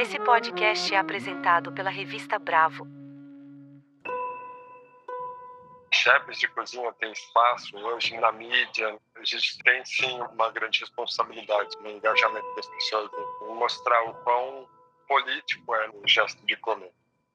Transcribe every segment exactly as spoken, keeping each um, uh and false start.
Esse podcast é apresentado pela revista Bravo. Chefes de cozinha têm espaço hoje na mídia. A gente tem, sim, uma grande responsabilidade no engajamento das pessoas, em mostrar o quão político é o gesto de comer.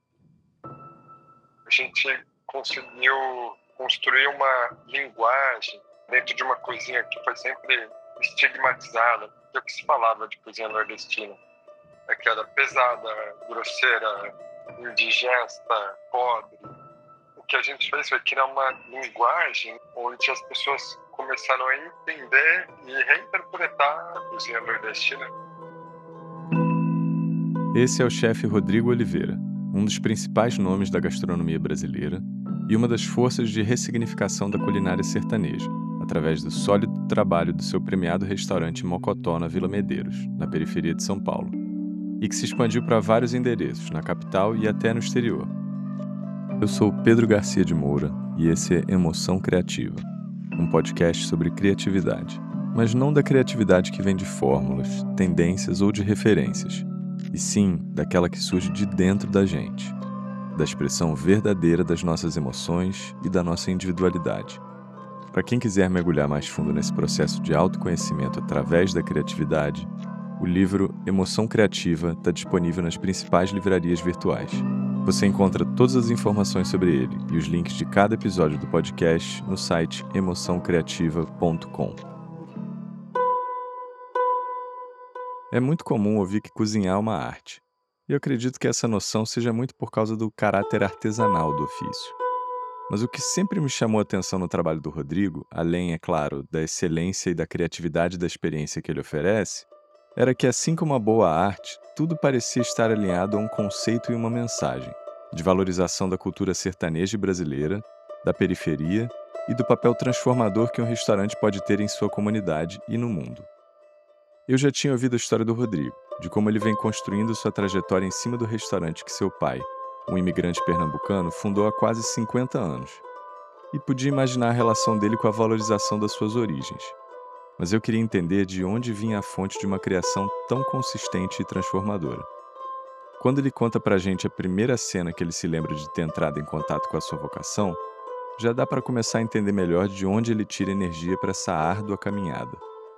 A gente conseguiu construir uma linguagem dentro de uma cozinha que foi sempre estigmatizada. O que se falava de cozinha nordestina é que era pesada, grosseira, indigesta, pobre. O que a gente fez foi criar uma linguagem onde as pessoas começaram a entender e reinterpretar a cozinha nordestina. Esse é o chefe Rodrigo Oliveira, um dos principais nomes da gastronomia brasileira e uma das forças de ressignificação da culinária sertaneja, através do sólido trabalho do seu premiado restaurante Mocotó na Vila Medeiros, na periferia de São Paulo, e que se expandiu para vários endereços, na capital e até no exterior. Eu sou Pedro Garcia de Moura e esse é Emoção Criativa, um podcast sobre criatividade, mas não da criatividade que vem de fórmulas, tendências ou de referências, e sim daquela que surge de dentro da gente, da expressão verdadeira das nossas emoções e da nossa individualidade. Para quem quiser mergulhar mais fundo nesse processo de autoconhecimento através da criatividade, o livro Emoção Criativa está disponível nas principais livrarias virtuais. Você encontra todas as informações sobre ele e os links de cada episódio do podcast no site emoção criativa ponto com. É muito comum ouvir que cozinhar é uma arte. E eu acredito que essa noção seja muito por causa do caráter artesanal do ofício. Mas o que sempre me chamou a atenção no trabalho do Rodrigo, além, é claro, da excelência e da criatividade da experiência que ele oferece, era que, assim como a boa arte, tudo parecia estar alinhado a um conceito e uma mensagem, de valorização da cultura sertaneja brasileira, da periferia e do papel transformador que um restaurante pode ter em sua comunidade e no mundo. Eu já tinha ouvido a história do Rodrigo, de como ele vem construindo sua trajetória em cima do restaurante que seu pai, um imigrante pernambucano, fundou há quase cinquenta anos. E podia imaginar a relação dele com a valorização das suas origens. Mas eu queria entender de onde vinha a fonte de uma criação tão consistente e transformadora. Quando ele conta pra gente a primeira cena que ele se lembra de ter entrado em contato com a sua vocação, já dá para começar a entender melhor de onde ele tira energia para essa árdua caminhada.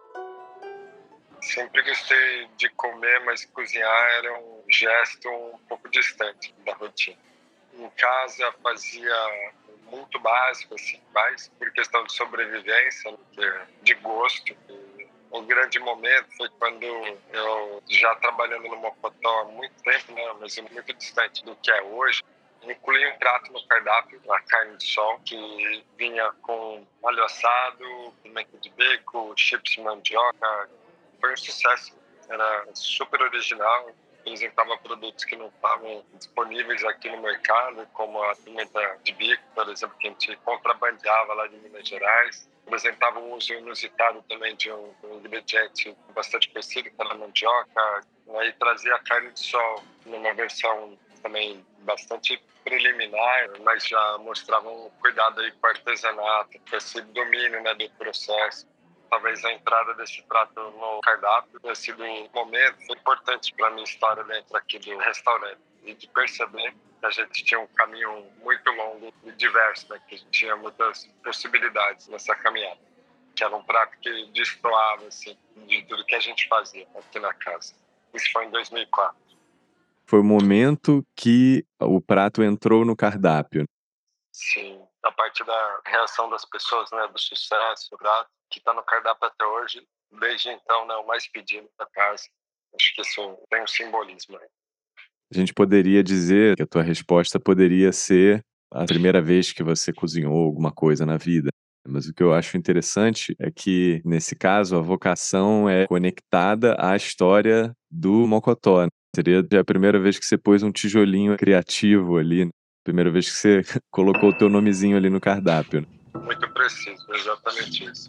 Sempre gostei de comer, mas cozinhar era um gesto um pouco distante da rotina. Em casa fazia muito básico, assim, mais por questão de sobrevivência, de gosto. E o grande momento foi quando eu, já trabalhando no Mocotó há muito tempo, né, mas muito distante do que é hoje, incluí um prato no cardápio, a carne de sol, que vinha com alho assado, pimenta de bacon, chips de mandioca. Foi um sucesso, era super original, apresentava produtos que não estavam disponíveis aqui no mercado, como a pimenta de bico, por exemplo, que a gente contrabandeava lá de Minas Gerais. Apresentava um uso inusitado também de um, um ingrediente bastante conhecido, que era a mandioca. Aí trazia a carne de sol numa versão também bastante preliminar, mas já mostrava um cuidado aí com o artesanato, com esse domínio, né, do processo. Talvez a entrada desse prato no cardápio tenha sido um momento importante para a minha história dentro aqui do restaurante. E de perceber que a gente tinha um caminho muito longo e diverso, né? Que a gente tinha muitas possibilidades nessa caminhada. Que era um prato que destoava, assim, de tudo que a gente fazia aqui na casa. Isso foi em dois mil e quatro. Foi o momento que o prato entrou no cardápio. Sim, a partir da reação das pessoas, né? Do sucesso do prato, que está no cardápio até hoje. Desde então, né, o mais pedido da casa. Acho que isso tem um simbolismo aí. A gente poderia dizer que a tua resposta poderia ser a primeira vez que você cozinhou alguma coisa na vida. Mas o que eu acho interessante é que, nesse caso, a vocação é conectada à história do Mocotó. Seria a primeira vez que você pôs um tijolinho criativo ali, primeira vez que você colocou o teu nomezinho ali no cardápio. Muito preciso, exatamente isso.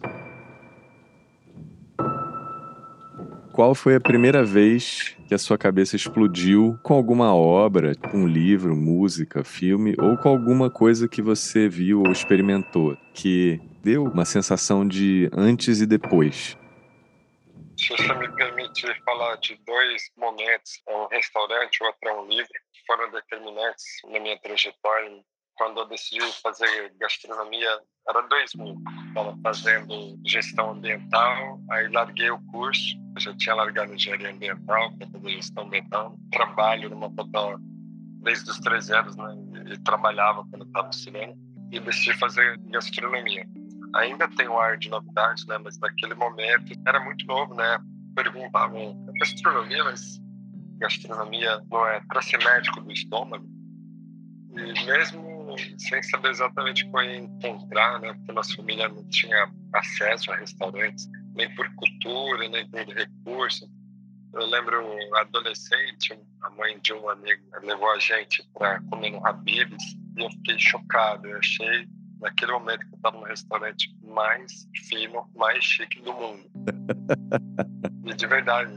Qual foi a primeira vez que a sua cabeça explodiu com alguma obra, um livro, música, filme, ou com alguma coisa que você viu ou experimentou, que deu uma sensação de antes e depois? Se você me permite falar de dois momentos, é um restaurante, outro é um livro, que foram determinantes na minha trajetória. Quando eu decidi fazer gastronomia, era dois mil. Estava fazendo gestão ambiental, aí larguei o curso. Eu já tinha largado engenharia ambiental para fazer gestão ambiental. Trabalho numa total desde os treze anos, né? E trabalhava quando estava no cinema. E decidi fazer gastronomia. Ainda tem um ar de novidade, né? Mas naquele momento era muito novo, né? Perguntavam, gastronomia, mas gastronomia não é para ser médico do estômago? E mesmo sem saber exatamente como encontrar, né? Porque nossa família não tinha acesso a restaurantes, nem por cultura, nem por recurso. Eu lembro, adolescente, a mãe de um amigo levou a gente para comer no Habib's e eu fiquei chocado. Eu achei, naquele momento, que eu estava no restaurante mais fino, mais chique do mundo. E de verdade,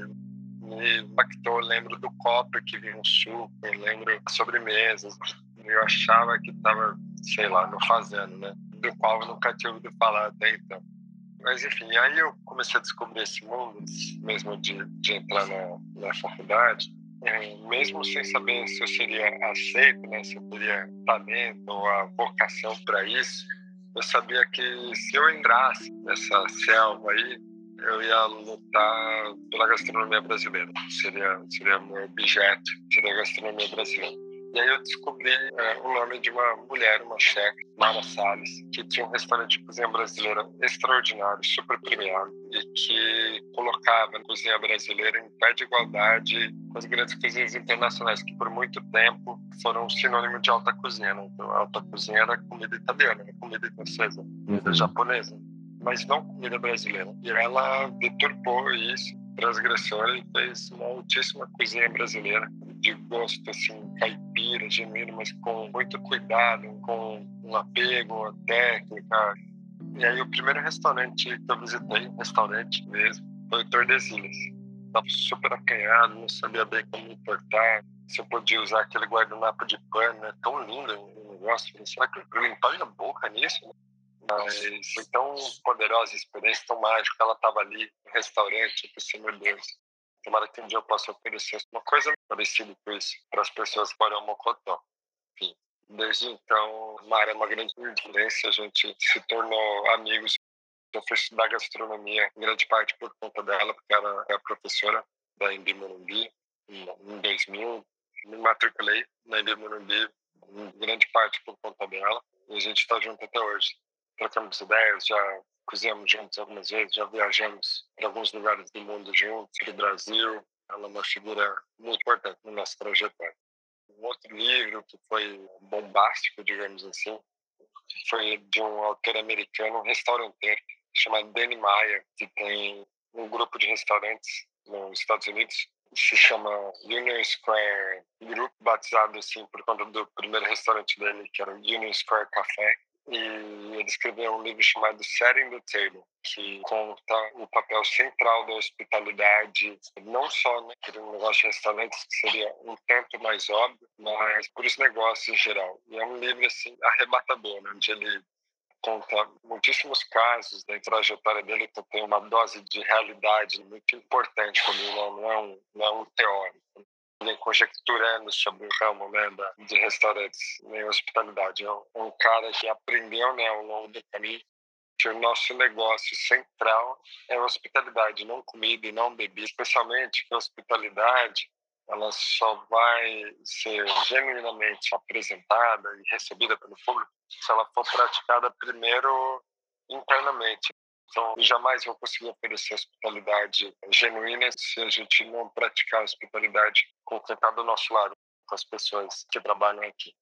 me impactou. Eu lembro do copo que vinha um suco, eu lembro das sobremesas. Eu achava que estava, sei lá, no fazendo, né? Do qual eu nunca tinha ouvido falar até então. Mas, enfim, aí eu comecei a descobrir esse mundo, mesmo de, de entrar na, na faculdade, é, mesmo sem saber se eu seria aceito, né, se eu teria talento ou a vocação para isso, eu sabia que se eu entrasse nessa selva aí, eu ia lutar pela gastronomia brasileira. Seria, seria meu objeto, seria a gastronomia brasileira. E aí eu descobri é, o nome de uma mulher, uma chefe, Mara Salles, que tinha um restaurante de cozinha brasileira extraordinário, super premiado, e que colocava a cozinha brasileira em pé de igualdade com as grandes cozinhas internacionais, que por muito tempo foram um sinônimo de alta cozinha. Né? Então, a alta cozinha era comida italiana, era comida francesa, comida japonesa, mas não comida brasileira. E ela deturpou isso, transgressora, e fez uma altíssima cozinha brasileira, de gosto assim, caipira, genuíno, mas com muito cuidado, com um apego à técnica. E aí o primeiro restaurante que eu visitei, restaurante mesmo, foi o Tordesilhas. Estava super acanhado, não sabia bem como me portar, se eu podia usar aquele guardanapo de pano, né? Tão lindo o negócio. Falei, será que eu limpar a boca nisso? Mas foi tão poderosa a experiência, tão mágica. Ela estava ali no restaurante, eu pensei, meu Deus, tomara que um dia eu possa oferecer uma coisa parecida com isso para as pessoas que moram em Mocotó. Enfim, desde então, Mara é uma grande influência, a gente se tornou amigos. Eu fui estudar gastronomia, em grande parte por conta dela, porque ela é professora da Embi Morumbi, em dois mil. Me matriculei na Embi Morumbi, em grande parte por conta dela, e a gente está junto até hoje. Trocamos ideias, já cozinhamos juntos algumas vezes, já viajamos para alguns lugares do mundo juntos, do Brasil. Ela é uma figura muito importante na nossa trajetória. Um outro livro que foi bombástico, digamos assim, foi de um autor americano, um restauranteiro, chamado Danny Meyer, que tem um grupo de restaurantes nos Estados Unidos, que se chama Union Square Group, batizado assim por conta do primeiro restaurante dele, que era o Union Square Café. E ele escreveu um livro chamado Setting the Table, que conta o papel central da hospitalidade, não só né, por um negócio de restaurantes, que seria um tanto mais óbvio, mas por os negócios em geral. E é um livro assim, arrebatador, né, onde ele conta muitíssimos casos da trajetória dele, que tem uma dose de realidade muito importante comigo, não, não, é, um, não é um teórico. Nem conjecturando sobre o ramo né, da, de restaurantes nem hospitalidade. É um, é um cara que aprendeu né, ao longo do caminho que o nosso negócio central é a hospitalidade, não comida e não bebida. Especialmente que a hospitalidade ela só vai ser genuinamente apresentada e recebida pelo público se ela for praticada primeiro internamente. Então, jamais vou conseguir oferecer hospitalidade genuína se a gente não praticar hospitalidade com quem está do nosso lado, com as pessoas que trabalham aqui.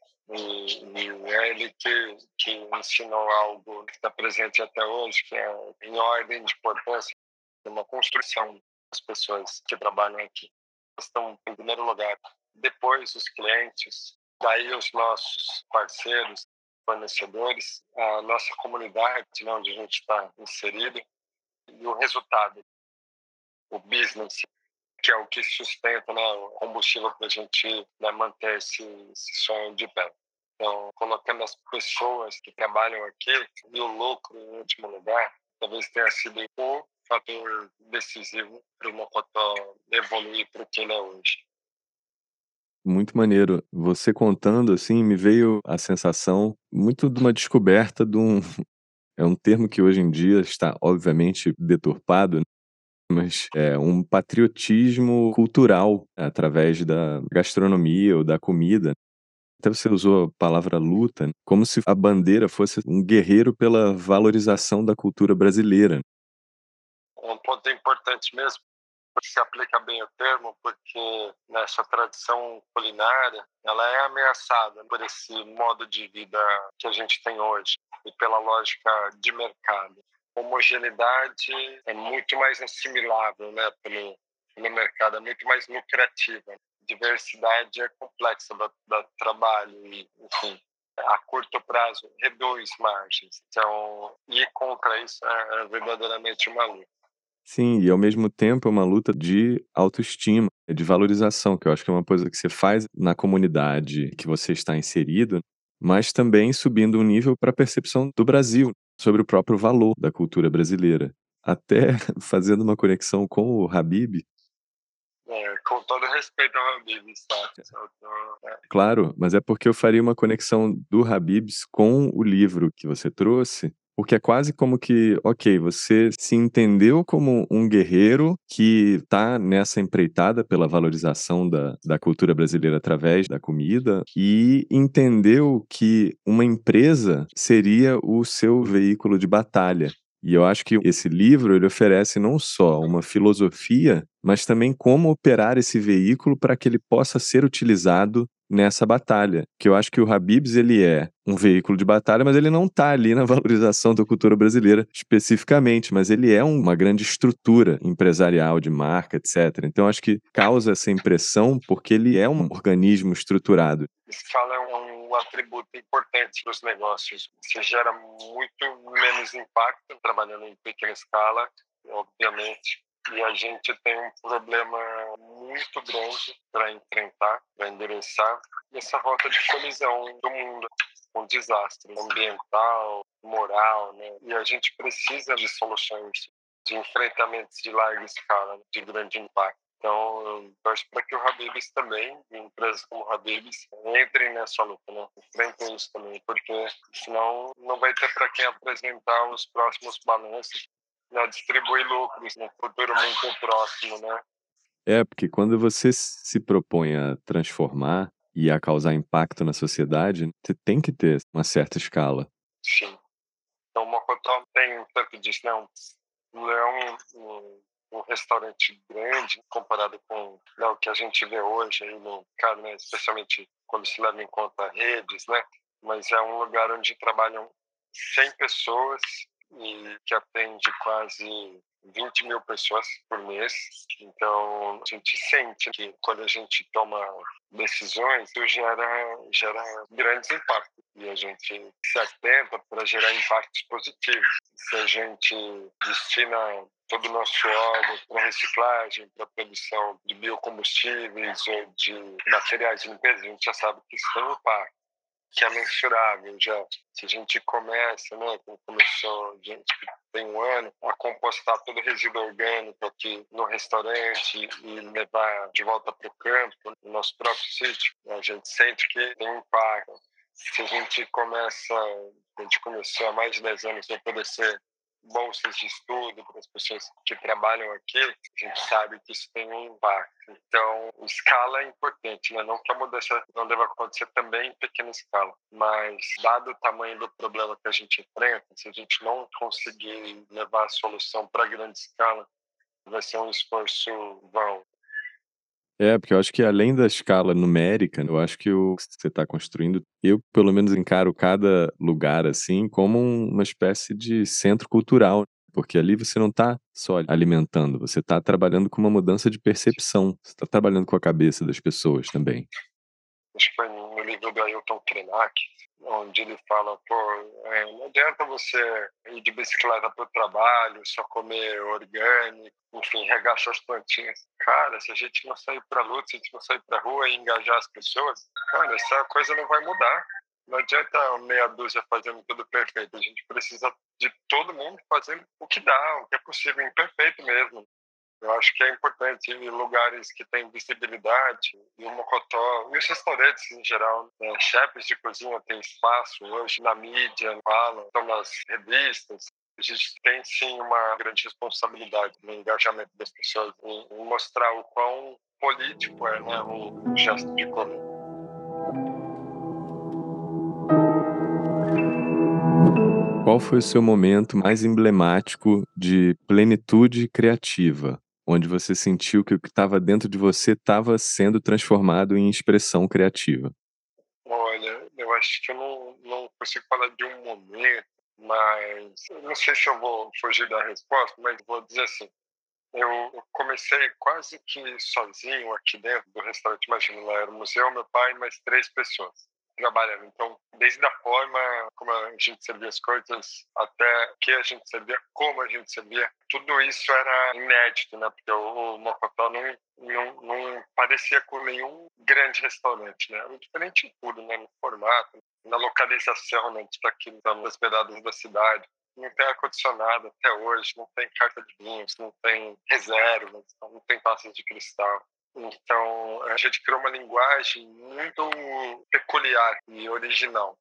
E, e é ele que, que ensinou algo que está presente até hoje, que é em ordem de importância, uma construção das pessoas que trabalham aqui. Estão em primeiro lugar, depois os clientes, daí os nossos parceiros, fornecedores, a nossa comunidade, né, onde a gente está inserido, e o resultado, o business, que é o que sustenta né, o combustível para a gente né, manter esse, esse sonho de pé. Então, colocando as pessoas que trabalham aqui e o lucro em último lugar, talvez tenha sido o fator decisivo para o Mocotó evoluir para o que ele é hoje. Muito maneiro. Você contando, assim, me veio a sensação muito de uma descoberta de um é um termo que hoje em dia está obviamente deturpado, né, mas é um patriotismo cultural através da gastronomia ou da comida. Até você usou a palavra luta, né, como se a bandeira fosse um guerreiro pela valorização da cultura brasileira. É um ponto importante mesmo, se aplica bem o termo, porque nessa tradição culinária, ela é ameaçada por esse modo de vida que a gente tem hoje e pela lógica de mercado. Homogeneidade é muito mais assimilável, né, pelo, pelo mercado, é muito mais lucrativa. Diversidade é complexa, dá, dá trabalho e, enfim, a curto prazo reduz margens. Então, ir contra isso é é verdadeiramente uma luta. Sim, e ao mesmo tempo é uma luta de autoestima, de valorização, que eu acho que é uma coisa que você faz na comunidade que você está inserido, mas também subindo um nível para a percepção do Brasil sobre o próprio valor da cultura brasileira. Até fazendo uma conexão com o Habib, É, com todo respeito ao Habib's, tá? Eu tô- é, claro, mas é porque eu faria uma conexão do Habib's com o livro que você trouxe, porque é quase como que, ok, você se entendeu como um guerreiro que está nessa empreitada pela valorização da, da cultura brasileira através da comida e entendeu que uma empresa seria o seu veículo de batalha. E eu acho que esse livro ele oferece não só uma filosofia, mas também como operar esse veículo para que ele possa ser utilizado nessa batalha. Que eu acho que o Habib's ele é um veículo de batalha, mas ele não está ali na valorização da cultura brasileira especificamente, mas ele é uma grande estrutura empresarial de marca, etcétera. Então acho que causa essa impressão porque ele é um organismo estruturado. escala é um, um atributo importante para os negócios. Você gera muito menos impacto trabalhando em pequena escala, obviamente. E a gente tem um problema muito grande para enfrentar, para endereçar, essa rota de colisão do mundo, um desastre ambiental, moral, né? E a gente precisa de soluções, de enfrentamentos de larga escala, de grande impacto. Então, eu torço para que o Habib's também, e empresas como o Habib's, entrem nessa luta, né? Enfrentem isso também, porque senão não vai ter para quem apresentar os próximos balanços, né? Distribuir lucros no futuro muito próximo, né? É, porque quando você se propõe a transformar e a causar impacto na sociedade, você tem que ter uma certa escala. Sim. Então, o Mocotó tem um tanto disso, né? Um, não é um, um, um restaurante grande comparado com, né, o que a gente vê hoje aí no mercado, né? Especialmente quando se leva em conta redes, né? Mas é um lugar onde trabalham cem pessoas e que atende quase vinte mil pessoas por mês. Então, a gente sente que quando a gente toma decisões, isso gera, gera grandes impactos. E a gente se atenta para gerar impactos positivos. Se a gente destina todo o nosso óleo para reciclagem, para produção de biocombustíveis ou de materiais de limpeza, a gente já sabe que isso tem um impacto que é mensurável já. Se a gente começa, né, como começou, gente que tem um ano, a compostar todo o resíduo orgânico aqui no restaurante e levar de volta para o campo, no nosso próprio sítio, a gente sente que tem um impacto. Se a gente começa, a gente começou há mais de dez anos a oferecer bolsas de estudo para as pessoas que trabalham aqui, a gente sabe que isso tem um impacto. Então, escala é importante, né? Não que a mudança não deva acontecer também em pequena escala, mas dado o tamanho do problema que a gente enfrenta, se a gente não conseguir levar a solução para grande escala, vai ser um esforço vão. É, porque eu acho que além da escala numérica, eu acho que o que você está construindo, eu pelo menos encaro cada lugar assim como um- uma espécie de centro cultural, porque ali você não está só alimentando, você está trabalhando com uma mudança de percepção, você está trabalhando com a cabeça das pessoas também. Acho que foi no livro do Ailton Krenak, onde ele fala, pô, é, não adianta você ir de bicicleta para o trabalho, só comer orgânico, enfim, regar suas plantinhas. Cara, se a gente não sair para a luta, se a gente não sair para a rua e engajar as pessoas, cara, essa coisa não vai mudar. Não adianta meia dúzia fazendo tudo perfeito. A gente precisa de todo mundo fazendo o que dá, o que é possível, imperfeito mesmo. Eu acho que é importante ir em lugares que têm visibilidade, e o Mocotó, e os restaurantes em geral, né? Chefes de cozinha têm espaço hoje na mídia, falam, estão nas revistas. A gente tem sim uma grande responsabilidade no engajamento das pessoas, em, em mostrar o quão político é, né, o, o gesto de comer. Qual foi o seu momento mais emblemático de plenitude criativa, onde você sentiu que o que estava dentro de você estava sendo transformado em expressão criativa? Olha, eu acho que eu não, não consigo falar de um momento, mas eu não sei se eu vou fugir da resposta, mas vou dizer assim. Eu comecei quase que sozinho aqui dentro do restaurante. Imagina, lá era o museu, meu pai e mais três pessoas trabalhando. Então, desde a forma como a gente servia as coisas, até o que a gente servia, como a gente servia, tudo isso era inédito, né? Porque o Mocotó não, não, não parecia com nenhum grande restaurante, né? Era diferente em tudo, né? No formato, na localização, né? Está aqui nas beiradas da cidade. Não tem ar-condicionado até hoje, não tem carta de vinhos, não tem reservas, não tem taças de cristal. Então, a gente criou uma linguagem muito peculiar e original.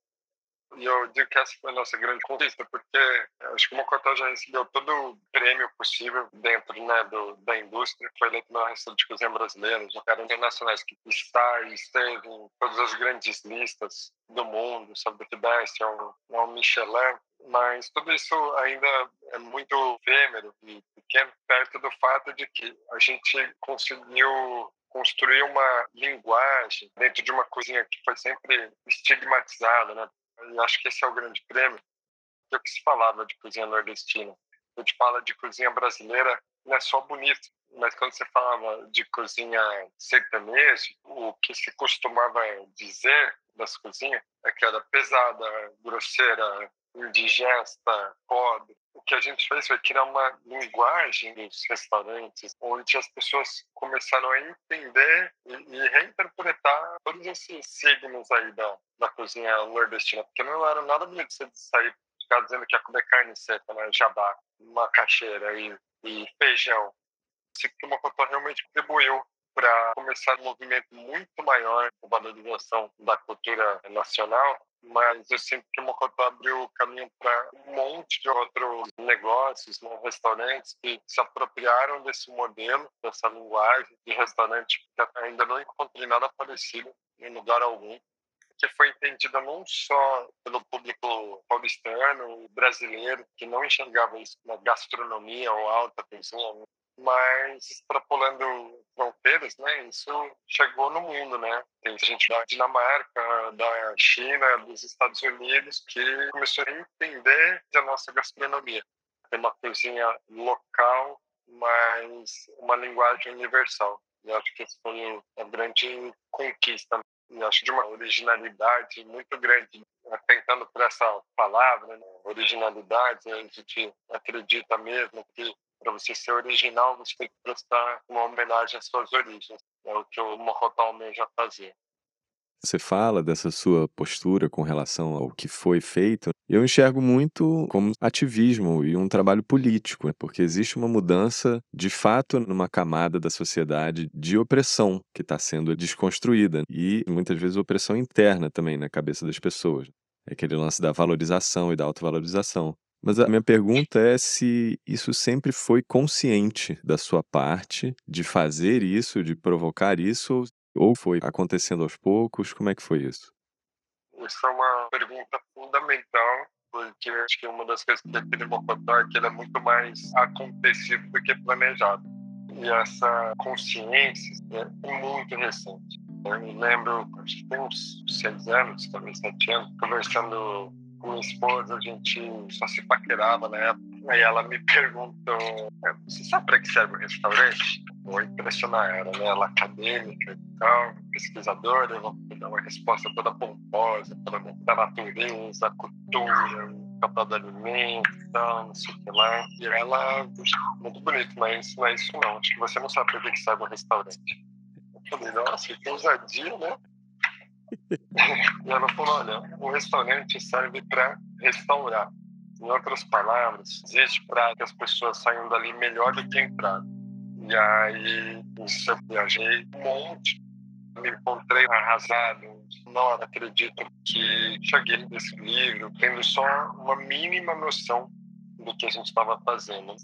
E eu digo que essa foi a nossa grande conquista, porque acho que o Mocotó já recebeu todo o prêmio possível dentro, né, do, da indústria. Foi eleito o melhor restaurante de cozinha brasileira, já eram internacionais, que está e esteve em todas as grandes listas do mundo, sabe, The Best, é um, é um Michelin. Mas tudo isso ainda é muito efêmero e pequeno, perto do fato de que a gente conseguiu construir uma linguagem dentro de uma cozinha que foi sempre estigmatizada, né? E acho que esse é o grande prêmio. O que se falava de cozinha nordestina? A gente fala de cozinha brasileira, não é só bonito, mas quando você falava de cozinha sertaneja, o que se costumava dizer das cozinhas é que era pesada, grosseira, indigesta, pobre. O que a gente fez foi criar uma linguagem dos restaurantes onde as pessoas começaram a entender e, e reinterpretar todos esses signos aí da, da cozinha nordestina, porque não era nada bonito você sair ficar dizendo que ia comer carne seca, né, jabá, macaxeira e, e feijão. Sinto que o Mocotó realmente contribuiu para começar um movimento muito maior de valorização da cultura nacional, mas eu sinto que o Mocotó abriu o caminho para um monte de outros negócios, né, restaurantes que se apropriaram desse modelo, dessa linguagem de restaurante, que ainda não encontrei nada parecido em lugar algum, que foi entendida não só pelo público paulistano, brasileiro, que não enxergava isso na gastronomia ou alta cozinha, mas extrapolando fronteiras, né? Isso chegou no mundo, né? Tem gente da Dinamarca, da China, dos Estados Unidos que começou a entender a nossa gastronomia. Tem uma cozinha local, mas uma linguagem universal. E acho que isso foi a grande conquista. E acho de uma originalidade muito grande. Tentando por essa palavra, né? Originalidade, a gente acredita mesmo que para você ser original, você tem que prestar uma homenagem às suas origens. É o que o Mocotó almeja fazer. Você fala dessa sua postura com relação ao que foi feito, eu enxergo muito como ativismo e um trabalho político, porque existe uma mudança, de fato, numa camada da sociedade de opressão que está sendo desconstruída e, muitas vezes, opressão interna também na cabeça das pessoas. É aquele lance da valorização e da autovalorização. Mas a minha pergunta é se isso sempre foi consciente da sua parte de fazer isso, de provocar isso, ou foi acontecendo aos poucos? Como é que foi isso? Isso é uma pergunta fundamental, porque acho que uma das coisas que aquele Mocotó é que ele é muito mais acontecido do que planejado. E essa consciência é muito recente. Eu me lembro, acho que tem uns seis anos, talvez sete anos, conversando com minha esposa, a gente só se paquerava na época. Aí ela me perguntou, você sabe para que serve o restaurante? Vou impressionar ela, né? Ela é acadêmica e tal, pesquisadora, eu vou dar uma resposta toda pomposa, falando da natureza, cultura, capaz do alimento e tal, não sei o que lá. E ela, muito bonito, mas não é isso não, acho que você não sabe para que serve um restaurante. Eu falei, nossa, que ousadia, né? E ela falou, olha, o restaurante serve para restaurar. Em outras palavras, existe para que as pessoas saiam dali melhor do que entraram. E aí, isso eu viajei um monte, me encontrei arrasado, não acredito que cheguei nesse livro tendo só uma mínima noção do que a gente estava fazendo.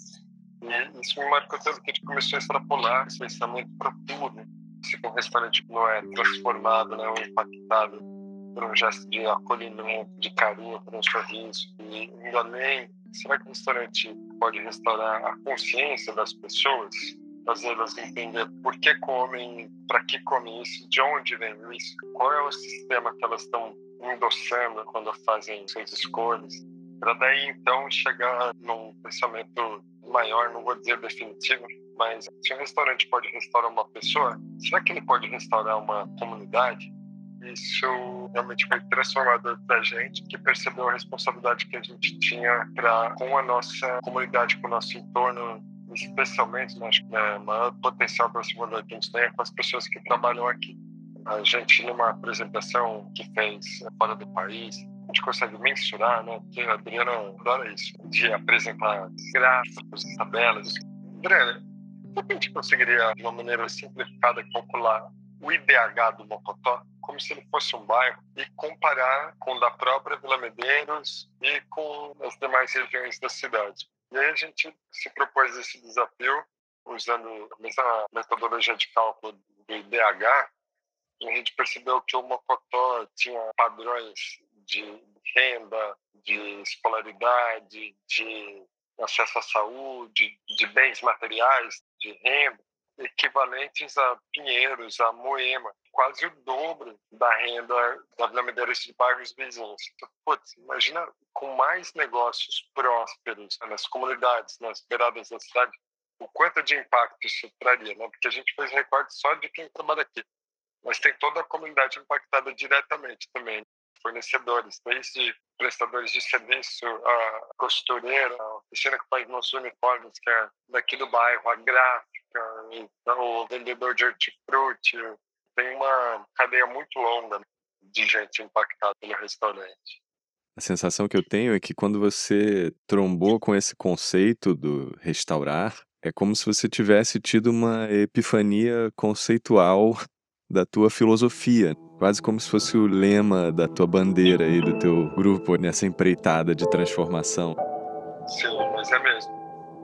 E isso me marcou tanto que a gente começou a extrapolar esse pensamento para tudo. Se um restaurante não é transformado, né, ou impactado por um gesto de acolhimento, de carinho, por um sorriso, e indo além, será que o restaurante pode restaurar a consciência das pessoas, fazê-las entender por que comem, para que comem isso, de onde vem isso, qual é o sistema que elas estão endossando quando fazem suas escolhas, para daí então chegar num pensamento maior, não vou dizer definitivo, mas se um restaurante pode restaurar uma pessoa, será que ele pode restaurar uma comunidade? Isso realmente foi transformador para a gente, que percebeu a responsabilidade que a gente tinha pra, com a nossa comunidade, com o nosso entorno, especialmente, né, acho que né, o maior potencial transformador que a gente tem é com as pessoas que trabalham aqui. A gente, numa apresentação que fez fora do país, a gente consegue mensurar, né, porque a Adriana adora isso, de apresentar gráficos, tabelas. Adriana, a gente conseguiria, de uma maneira simplificada, calcular o I D H do Mocotó como se ele fosse um bairro e comparar com o da própria Vila Medeiros e com as demais regiões da cidade. E aí a gente se propôs esse desafio usando a mesma metodologia de cálculo do I D H, e a gente percebeu que o Mocotó tinha padrões de renda, de escolaridade, de acesso à saúde, de bens materiais, de renda, equivalentes a Pinheiros, a Moema, quase o dobro da renda da Vila Medeiros de bairros vizinhos. Então, putz, imagina com mais negócios prósperos nas comunidades, nas beiradas da cidade, o quanto de impacto isso traria, né? Porque a gente fez recorte só de quem trabalha aqui, mas tem toda a comunidade impactada diretamente também. Fornecedores, desde prestadores de serviço, a costureira, a oficina que faz nossos uniformes, que é daqui do bairro, a gráfica, então, o vendedor de hortifruti. Tem uma cadeia muito longa de gente impactada pelo restaurante. A sensação que eu tenho é que quando você trombou com esse conceito do restaurar, é como se você tivesse tido uma epifania conceitual da tua filosofia, quase como se fosse o lema da tua bandeira aí, do teu grupo nessa empreitada de transformação. Sim, mas é mesmo.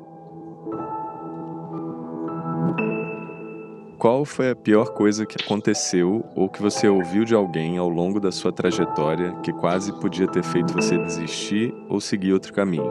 Qual foi a pior coisa que aconteceu ou que você ouviu de alguém ao longo da sua trajetória que quase podia ter feito você desistir ou seguir outro caminho?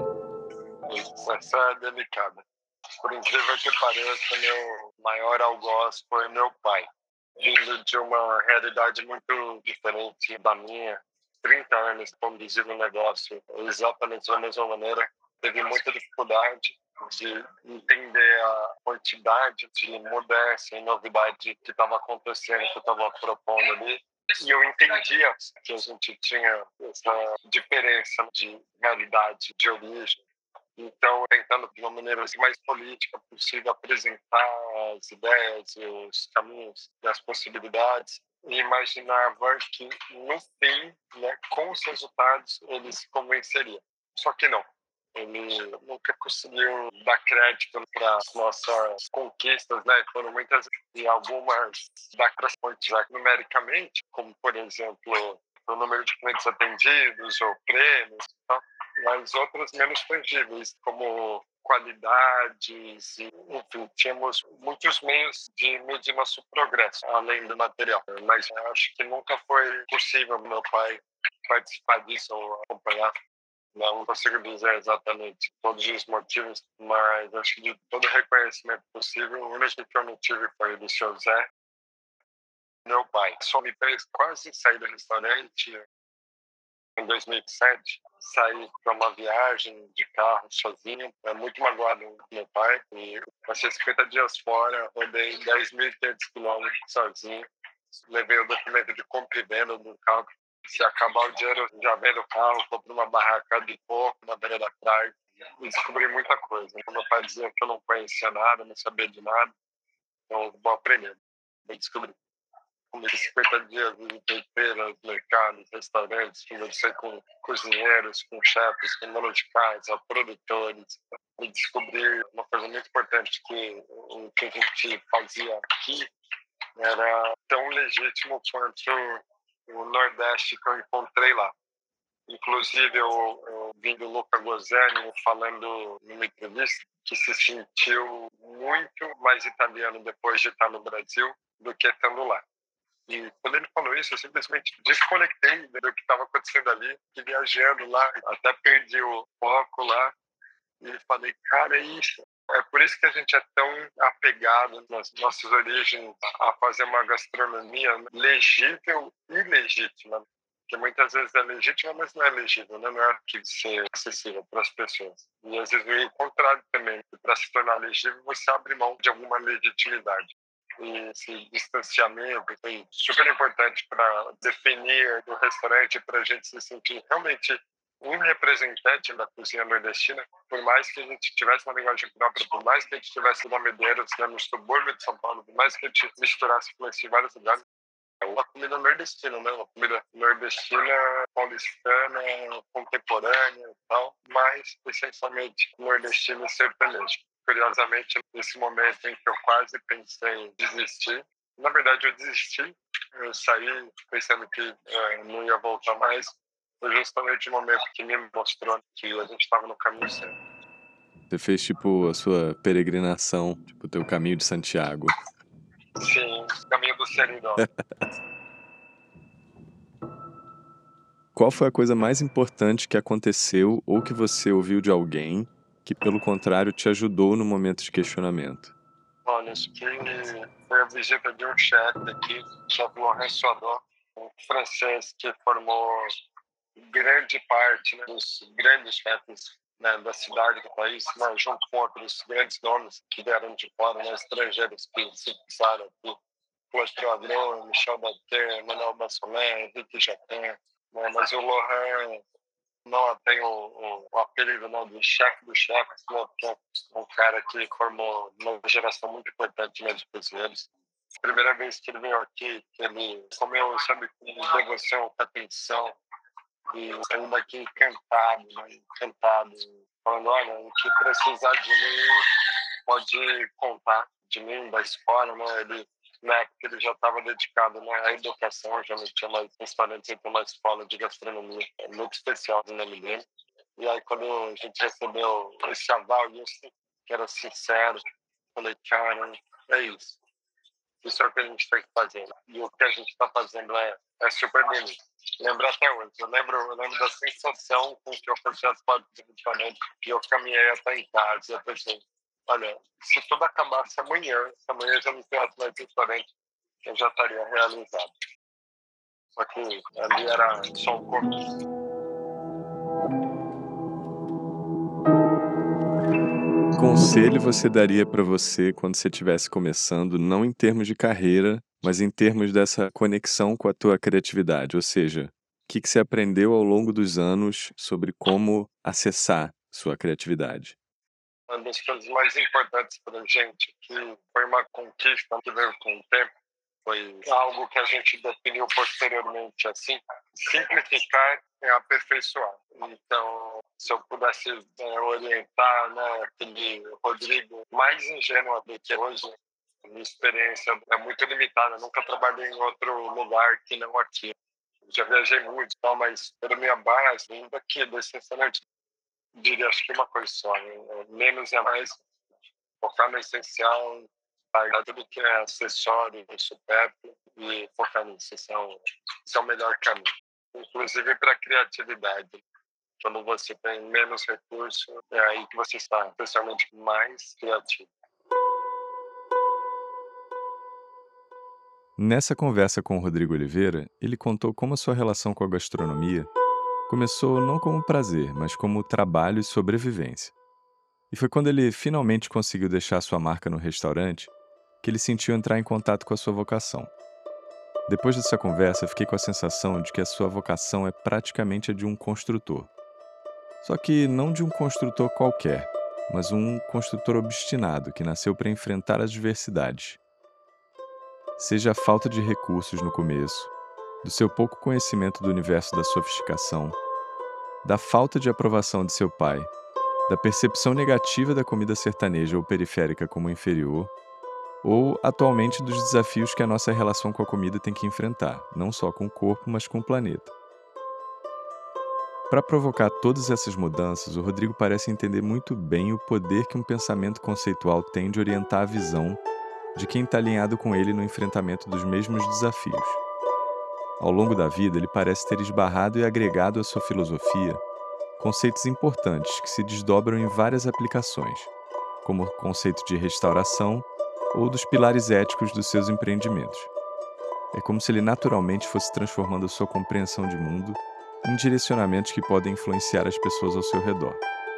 Essa é delicada. Por incrível que pareça, meu maior algoz foi meu pai. Vindo de uma realidade muito diferente da minha, trinta anos conduzindo um negócio exatamente da mesma maneira, teve muita dificuldade de entender a quantidade de mudança e novidade que estava acontecendo, que eu estava propondo ali. E eu entendia que a gente tinha essa diferença de realidade, de origem. Então, tentando de uma maneira assim, mais política possível apresentar as ideias, os caminhos e as possibilidades, e imaginava que no fim, né, com os resultados, ele se convenceria. Só que não. Ele nunca conseguiu dar crédito para as nossas conquistas, né? Foram muitas e algumas daquelas já numericamente, como por exemplo o número de clientes atendidos ou prêmios, tá? Mas outras menos tangíveis, como qualidades, e, enfim, tínhamos muitos meios de medir nosso progresso, além do material. Mas eu acho que nunca foi possível meu pai participar disso ou acompanhar. Não consigo dizer exatamente todos os motivos, mas acho que de todo reconhecimento possível, o único que eu não tive foi do seu Zé, meu pai. Só me fez quase sair do restaurante em dois mil e sete, saí para uma viagem de carro sozinho, é muito magoado com meu pai, e passei cinquenta dias fora, rodei dez mil e quinhentos quilômetros sozinho, levei o documento de compra e venda do carro. Se acabar o dinheiro, já vendo o carro, compro uma barraca de porco na beira da praia, e descobri muita coisa. Meu pai dizia que eu não conhecia nada, não sabia de nada, então vou aprendendo, vou descobrir. Comi cinquenta dias de tempeiras, mercados, restaurantes, conversei com cozinheiros, com chefes, com donos de casa, produtores. E descobri uma coisa muito importante, que o que a gente fazia aqui era tão legítimo quanto o Nordeste que eu encontrei lá. Inclusive, eu, eu vi do Luca Goseni falando numa entrevista que se sentiu muito mais italiano depois de estar no Brasil do que estando lá. E quando ele falou isso, eu simplesmente desconectei do que estava acontecendo ali, e viajando lá, até perdi o foco lá, e falei, cara, é isso. É por isso que a gente é tão apegado nas nossas origens a fazer uma gastronomia legível e legítima. Porque muitas vezes é legítima, mas não é legível, né? Não é que ser acessível para as pessoas. E às vezes o contrário também. Para se tornar legível, você abre mão de alguma legitimidade. E esse distanciamento foi super importante para definir o restaurante, para a gente se sentir realmente um representante da cozinha nordestina, por mais que a gente tivesse uma linguagem própria, por mais que a gente tivesse uma Medeiros, né, no subúrbio de São Paulo, por mais que a gente misturasse influência em vários lugares, é uma comida nordestina, né? Uma comida nordestina, paulistana, contemporânea e tal, mas essencialmente nordestina e sertanejo. Curiosamente, nesse momento em que eu quase pensei em desistir, na verdade eu desisti, eu saí pensando que é, não ia voltar mais, foi justamente o momento que me mostrou que a gente estava no caminho certo. Você fez, tipo, a sua peregrinação, tipo, o teu caminho de Santiago. Sim, caminho do Seridó. Qual foi a coisa mais importante que aconteceu ou que você ouviu de alguém que, pelo contrário, te ajudou no momento de questionamento? Olha, isso que foi a visita de um chefe aqui, chefe Laurent Soidon, um francês que formou grande parte, né, dos grandes chefes, né, da cidade do país, né, junto com outros grandes nomes que vieram de fora, né, estrangeiros que se fixaram aqui. Clotilde Adron, Michel Bater, Manuel Bassolé, Henrique Japin, né, mas o Laurent não tem o, o, o apelido não, de chefe dos chefes, né, que é um cara que formou uma geração muito importante, né, de cozinheiros. Primeira vez que ele veio aqui, que ele comeu, sabe, com devoção, com atenção, e saindo daqui encantado, né, encantado, falando, olha, o que precisar de mim, pode contar de mim, da escola, né, ele, na época ele já estava dedicado, né, à educação, já não tinha mais restaurantes, então uma escola de gastronomia, é muito especial o nome dele. E aí quando a gente recebeu esse aval, isso, que era sincero, falei, cara, é isso. Isso é o que a gente tem que fazer. E o que a gente está fazendo é, é super bonito. Lembro até hoje. Eu lembro, eu lembro da sensação com que eu fechei as portas do restaurante e eu caminhei até em casa. E eu pensei, olha, se tudo acabasse amanhã, se amanhã já não tivesse mais restaurante, eu já estaria realizado. Só que ali era só o começo. Conselho você daria para você quando você estivesse começando, não em termos de carreira, mas em termos dessa conexão com a tua criatividade? Ou seja, o que, que você aprendeu ao longo dos anos sobre como acessar sua criatividade? Uma das coisas mais importantes para a gente, que foi uma conquista que veio com o tempo, foi algo que a gente definiu posteriormente assim: simplificar é aperfeiçoar. Então, se eu pudesse é, orientar, né, aquele Rodrigo mais ingênuo do que hoje, a minha experiência é muito limitada. Eu nunca trabalhei em outro lugar que não aqui. Já viajei muito, tal, mas pela minha base, ainda aqui, desse restaurante, diria acho que uma coisa só, né? Menos é mais, focar no essencial, pagar tudo que é acessório, supérfluo e focar nisso. Esse é o, esse é o melhor caminho. Inclusive para a criatividade. Quando você tem menos recurso, é aí que você está especialmente mais criativo. Nessa conversa com o Rodrigo Oliveira, ele contou como a sua relação com a gastronomia começou não como prazer, mas como trabalho e sobrevivência. E foi quando ele finalmente conseguiu deixar sua marca no restaurante que ele sentiu entrar em contato com a sua vocação. Depois dessa conversa, eu fiquei com a sensação de que a sua vocação é praticamente a de um construtor. Só que não de um construtor qualquer, mas um construtor obstinado que nasceu para enfrentar as diversidades. seja a falta de recursos no começo, do seu pouco conhecimento do universo da sofisticação, da falta de aprovação de seu pai, da percepção negativa da comida sertaneja ou periférica como inferior, ou, atualmente, dos desafios que a nossa relação com a comida tem que enfrentar, não só com o corpo, mas com o planeta. Para provocar todas essas mudanças, o Rodrigo parece entender muito bem o poder que um pensamento conceitual tem de orientar a visão de quem está alinhado com ele no enfrentamento dos mesmos desafios. Ao longo da vida, ele parece ter esbarrado e agregado à sua filosofia conceitos importantes que se desdobram em várias aplicações, como o conceito de restauração ou dos pilares éticos dos seus empreendimentos. É como se ele naturalmente fosse transformando a sua compreensão de mundo em direcionamentos que podem influenciar as pessoas ao seu redor.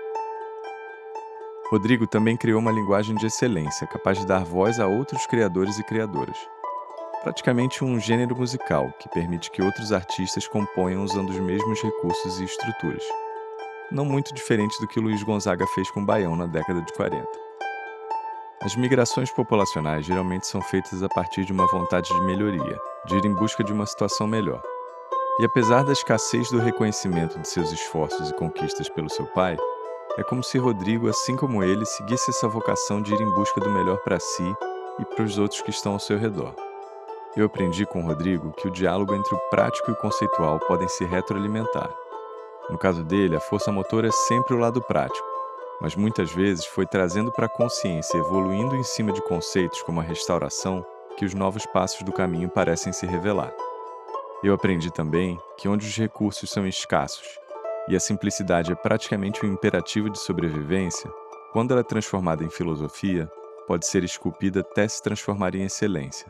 Rodrigo também criou uma linguagem de excelência, capaz de dar voz a outros criadores e criadoras. Praticamente um gênero musical que permite que outros artistas componham usando os mesmos recursos e estruturas. Não muito diferente do que Luiz Gonzaga fez com o baião na década de quarenta. As migrações populacionais geralmente são feitas a partir de uma vontade de melhoria, de ir em busca de uma situação melhor. E apesar da escassez do reconhecimento de seus esforços e conquistas pelo seu pai, é como se Rodrigo, assim como ele, seguisse essa vocação de ir em busca do melhor para si e para os outros que estão ao seu redor. Eu aprendi com o Rodrigo que o diálogo entre o prático e o conceitual podem se retroalimentar. No caso dele, a força motora é sempre o lado prático, mas muitas vezes foi trazendo para a consciência, evoluindo em cima de conceitos como a restauração, que os novos passos do caminho parecem se revelar. Eu aprendi também que onde os recursos são escassos e a simplicidade é praticamente um imperativo de sobrevivência, quando ela é transformada em filosofia, pode ser esculpida até se transformar em excelência.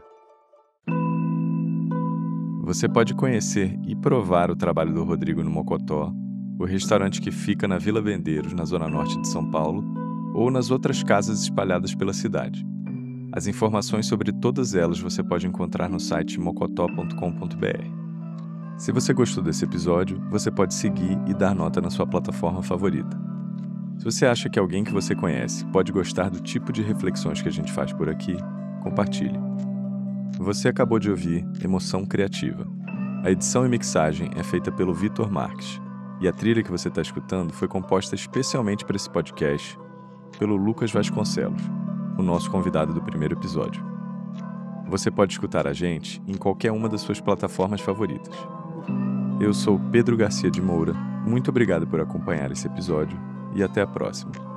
Você pode conhecer e provar o trabalho do Rodrigo no Mocotó, o restaurante que fica na Vila Vendeiros, na zona norte de São Paulo, ou nas outras casas espalhadas pela cidade. As informações sobre todas elas você pode encontrar no site mocotó ponto com ponto b r. Se você gostou desse episódio, você pode seguir e dar nota na sua plataforma favorita. Se você acha que alguém que você conhece pode gostar do tipo de reflexões que a gente faz por aqui, compartilhe. Você acabou de ouvir Emoção Criativa. A edição e mixagem é feita pelo Vitor Marques, e a trilha que você está escutando foi composta especialmente para esse podcast pelo Lucas Vasconcelos, o nosso convidado do primeiro episódio. Você pode escutar a gente em qualquer uma das suas plataformas favoritas. Eu sou Pedro Garcia de Moura, muito obrigado por acompanhar esse episódio e até a próxima.